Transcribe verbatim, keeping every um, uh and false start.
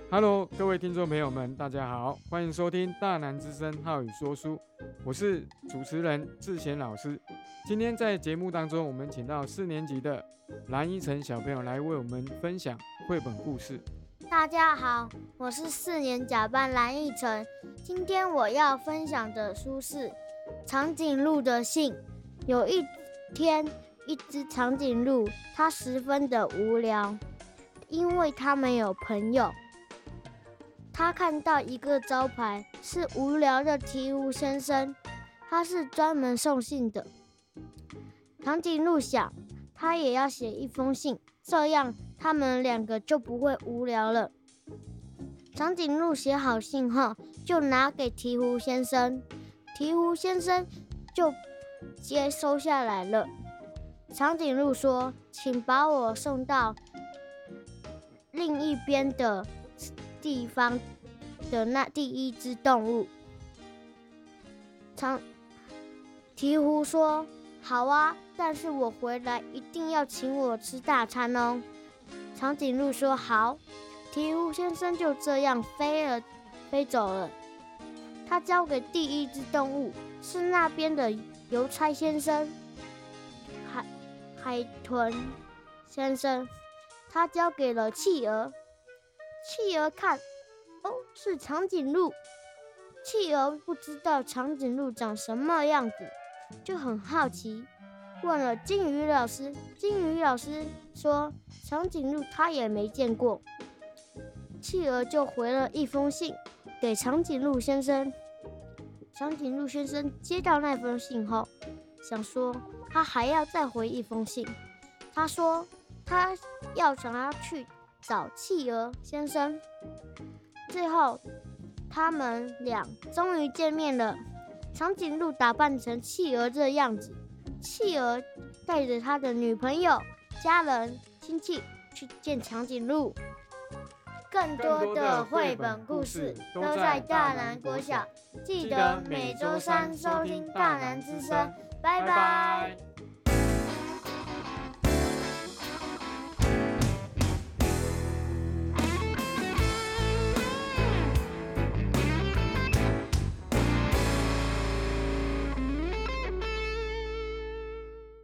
Hello，各位听众朋友们，大家好，欢迎收听大南之声浩语说书，我是主持人志贤老师。今天在节目当中，我们请到四年级的蓝依晨小朋友来为我们分享绘本故事。 大家好，我是四年甲班蓝依晨。今天我要分享的书是长颈鹿的信。有一天，一只长颈鹿，它十分的无聊，因为它没有朋友。他看到一个招牌，是无聊的鹈鹕先生，他是专门送信的。长颈鹿想，他也要写一封信，这样他们两个就不会无聊了。长颈鹿写好信后，就拿给鹈鹕先生，鹈鹕先生就接收下来了。长颈鹿说：“请把我送到另一边的地方的那第一只动物。”长鹈鹕说：“好啊，但是我回来一定要请我吃大餐哦。”长颈鹿说：“好。”鹈鹕先生就这样飞了，飞走了。他交给第一只动物是那边的邮差先生，海海豚先生。他交给了企鹅。企鹅看，哦，是长颈鹿。企鹅不知道长颈鹿长什么样子，就很好奇，问了金鱼老师。金鱼老师说，长颈鹿他也没见过。企鹅就回了一封信给长颈鹿先生。长颈鹿先生接到那封信后，想说他还要再回一封信。他说他要想要去找企鹅先生。最后他们俩终于见面了。长颈鹿打扮成企鹅这样子，企鹅带着他的女朋友、家人、亲戚去见长颈鹿。更多的绘本故事都在大南国小，记得每周三收听大南之声，拜拜。